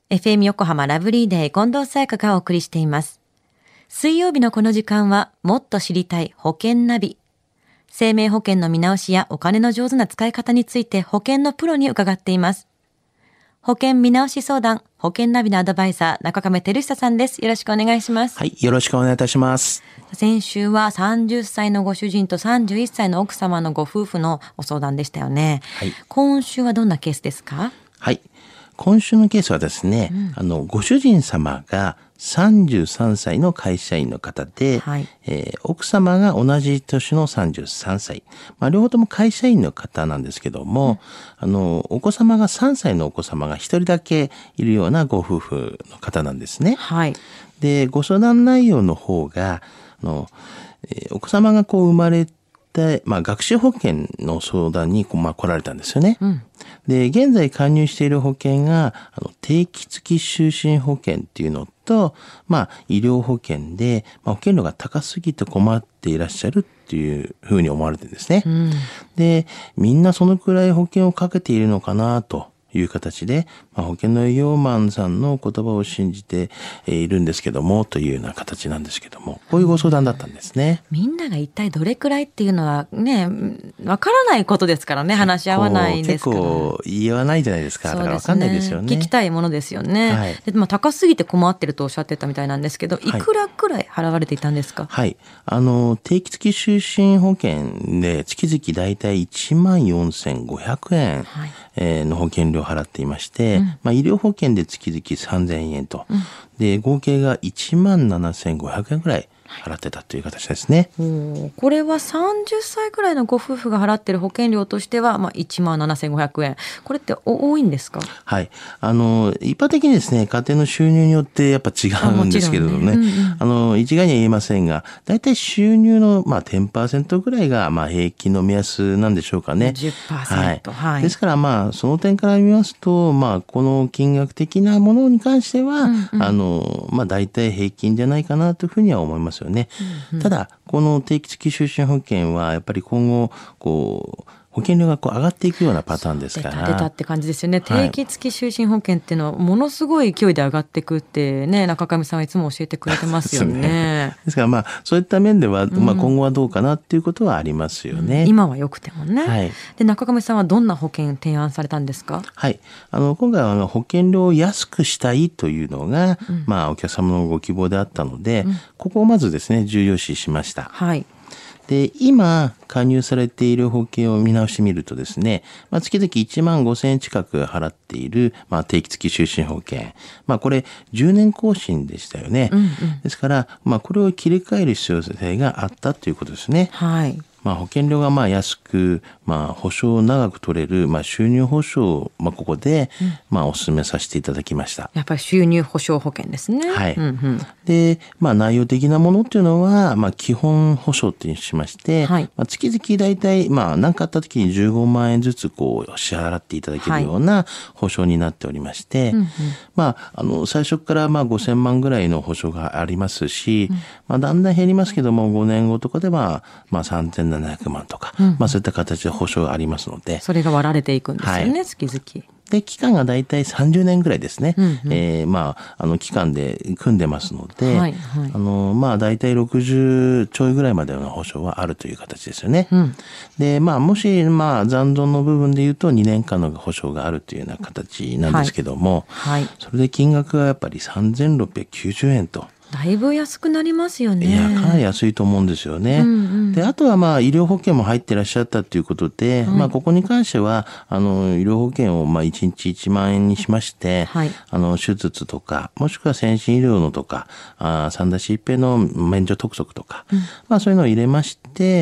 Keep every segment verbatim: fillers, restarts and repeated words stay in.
エフエム 横浜ラブリーデー近藤沙耶香がお送りしています。水曜日のこの時間はもっと知りたい保険ナビ。生命保険の見直しやお金の上手な使い方について保険のプロに伺っています。保険見直し相談、保険ナビのアドバイザー、中亀照久さんです。よろしくお願いします。 はい、よろしくお願いいたします。 先週はさんじゅっさいのご主人とさんじゅういっさいの奥様のご夫婦のご相談でしたよね。はい、今週はどんなケースですか？ はい、今週のケースはですね、うん、あのご主人様がさんじゅうさんさいの会社員の方で、はいえー、奥様が同じ年のさんじゅうさんさい、まあ、両方とも会社員の方なんですけども、うん、あのお子様がさんさいのお子様がひとりだけいるようなご夫婦の方なんですね。はい、でご相談内容の方があの、えー、お子様がこう生まれて、まあ、学習保険の相談にこう、まあ、来られたんですよね。うんで、現在加入している保険が、あの、定期付き就寝保険っていうのと、まあ、医療保険で、まあ、保険料が高すぎて困っていらっしゃるっていうふうに思われてるんですね。うん、で、みんなそのくらい保険をかけているのかなという形で、まあ、保険の営業マンさんの言葉を信じているんですけども、というような形なんですけども、こういうご相談だったんですね。 みんなが一体どれくらいっていうのはね、わからないことですからね、話し合わないですから。 結構言わないじゃないですか。だからわかんないですよね。 聞きたいものですよね。はい、でまあ、高すぎて困ってるとおっしゃってたみたいなんですけど、いくらくらい払われていたんですか？ はい。はい、あの、定期付き就寝保険で月々だいたいいちまんよんせんごひゃくえん、はいえー、の保険料を払っていまして、うんまあ、医療保険で月々さんぜんえんと、うん、で合計がいちまんななせんごひゃくえんくらい払ってたという形ですね。 おこれはさんじゅっさいくらいのご夫婦が払っている保険料としては、まあ、いちまんななせんごひゃくえん。これって多いんですか？ はい。あの、一般的にですね、家庭の収入によってやっぱ違うんですけれどもね。あ、ねうんうん、あの、一概には言えませんが、だいたい収入の、まあ、じゅっパーセント ぐらいが、まあ、平均の目安なんでしょうかね。 じゅっパーセント。はい。はい、 ですから、まあ、その点から見ますと、まあ、この金額的なものに関しては、うんうん、あの、まあ、だいたい平均じゃないかなというふうには思いますよね。うんうんただ、この定期付き就寝保険は、やっぱり今後、こう、保険料がこう上がっていくようなパターンですから。 出た出たって感じですよね。定期付き就寝保険っていうのはものすごい勢いで上がっていくってね、中上さんはいつも教えてくれてますよね。ですね。 ですからまあそういった面では、うんまあ、今後はどうかなっていうことはありますよね。 うん、今は良くてもね。 はい、 で中上さんはどんな保険提案されたんですか？ はい、あの今回はあの保険料を安くしたいというのが、うん、まあお客様のご希望であったので、うん、ここをまずですね重要視しました。はい。で、今、加入されている保険を見直してみるとですね、まあ、月々いちまんごせんえん近く払っている、まあ、定期付き就寝保険。まあ、これ、じゅうねん更新でしたよね。うんうん、ですから、まあ、これを切り替える必要性があったということですね。はい。まあ、保険料がまあ安く、まあ、保証を長く取れる、まあ、収入保証を、まあ、ここで、まあ、お勧めさせていただきました。 やっぱり収入保証保険ですね。 はい。うんうん、で、まあ、内容的なものっていうのは、まあ、基本保証ってしまして、はいまあ、月々だいたい、まあ、何かあった時にじゅうごまんえんずつ、こう、支払っていただけるような保証になっておりまして、はいうんうん、まあ、あの、最初から、まあ、ごせんまんぐらいの保証がありますし、うん、まあ、だんだん減りますけども、ごねんごとかでは、まあ、さんぜんななひゃくまんとか、うんまあ、そういった形で保証がありますので。 それが割られていくんですよね、はい、月々。 で、期間がだいたいさんじゅうねんぐらいですね。うんうん、えー、まあ、あの、期間で組んでますので、はいはい、あの、まあ、だいたいろくじゅうちょいぐらいまでの保証はあるという形ですよね。うん、で、まあ、もし、まあ、残存の部分で言うとにねんかんの保証があるというような形なんですけども、はいはい、それで金額がやっぱりさんぜんろっぴゃくきゅうじゅうえんと。 だいぶ安くなりますよね。 いや、かなり安いと思うんですよね。うんうん、で、あとはまあ、医療保険も入ってらっしゃったということで、はい、まあ、ここに関しては、あの、医療保険をまあ、いちにちいちまんえんにしまして、はい、あの、手術とか、もしくは先進医療のとか、あ三田市一平の免除督促とか、うん、まあ、そういうのを入れまして、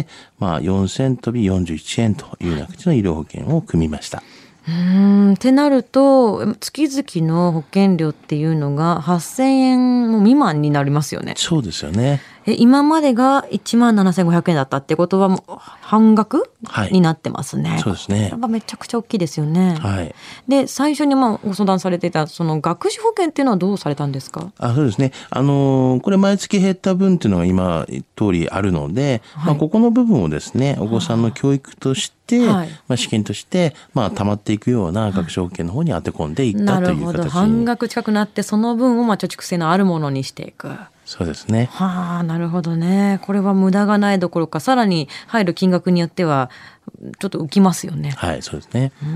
まあ、よんせんとびよんじゅういちえんというような形の医療保険を組みました。 うーんってなると月々の保険料っていうのがはっせんえんも未満になりますよね。 そうですよね。 え今までがいちまんななせんごひゃくえんだったってことはもう半額、はい、になってますね。 そうですね。 やっぱめちゃくちゃ大きいですよね。 はい、 で最初にまあご相談されていたその学資保険っていうのはどうされたんですか？ あそうですね。あのー、これ毎月減った分っていうのが今通りあるので、はい、まあ、ここの部分をですねお子さんの教育として、はい、まあ、資金としてまあ溜まっていくような学資保険の方に当て込んでいったという形に。なるほど。 半額近くなってその分をまあ貯蓄性のあるものにしていく。 そうですね。 はあ、なるほどね。これは無駄がないどころかさらに入る金額によってはちょっと浮きますよね。 はい、そうですね。 うん。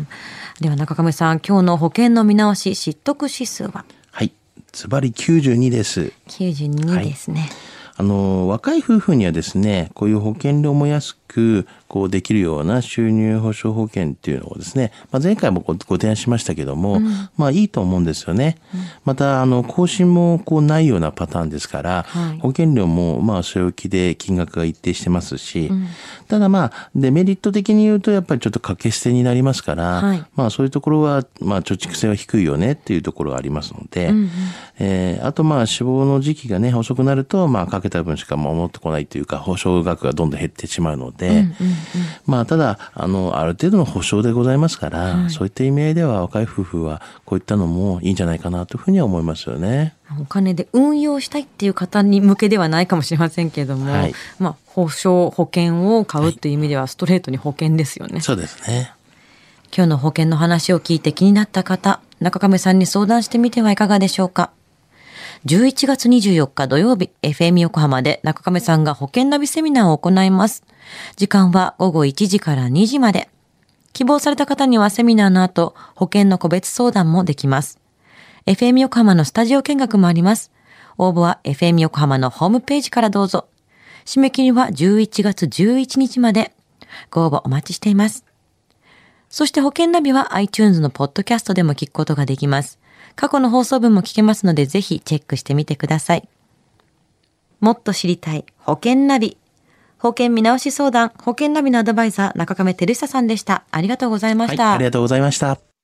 では中亀さん、今日の保険の見直し知得指数は？ はい、ズバリきゅうじゅうにです。 きゅうじゅうにですね。はい、 あの若い夫婦にはですねこういう保険料も安くこうできるような収入保障保険っていうのをですね、まあ、前回もご提案しましたけども、うん、まあいいと思うんですよね。うん、またあの更新もこうないようなパターンですから、はい、保険料もまあ据え置きで金額が一定してますし、うん、ただまあデメリット的に言うとやっぱりちょっと掛け捨てになりますから、はい、まあそういうところはまあ貯蓄性は低いよねっていうところがありますので、うんうん、えー、あとまあ死亡の時期がね遅くなるとまあかけた分しか戻ってこないというか保証額がどんどん減ってしまうので、うんうんうん、まあただあのある程度の保証でございますから、はい、そういった意味合いでは若い夫婦はこういったのもいいんじゃないかなというふうには思いますよね。 お金で運用したいっていう方に向けではないかもしれませんけれども、はい、まあ保証保険を買うという意味ではストレートに保険ですよね。はい、 そうですね。 今日の保険の話を聞いて気になった方、中亀さんに相談してみてはいかがでしょうか。じゅういちがつにじゅうよっか土曜日、エフエム 横浜で中亀さんが保険ナビセミナーを行います。時間はごごいちじからにじまで。希望された方にはセミナーの後、保険の個別相談もできます。エフエム 横浜のスタジオ見学もあります。応募は エフエム 横浜のホームページからどうぞ。締め切りはじゅういちがつじゅういちにちまで。ご応募お待ちしています。そして保険ナビは iTunes のポッドキャストでも聞くことができます。過去の放送分も聞けますのでぜひチェックしてみてください。もっと知りたい保険ナビ。保険見直し相談、保険ナビのアドバイザー中亀照久さんでした。ありがとうございました。 はい、ありがとうございました。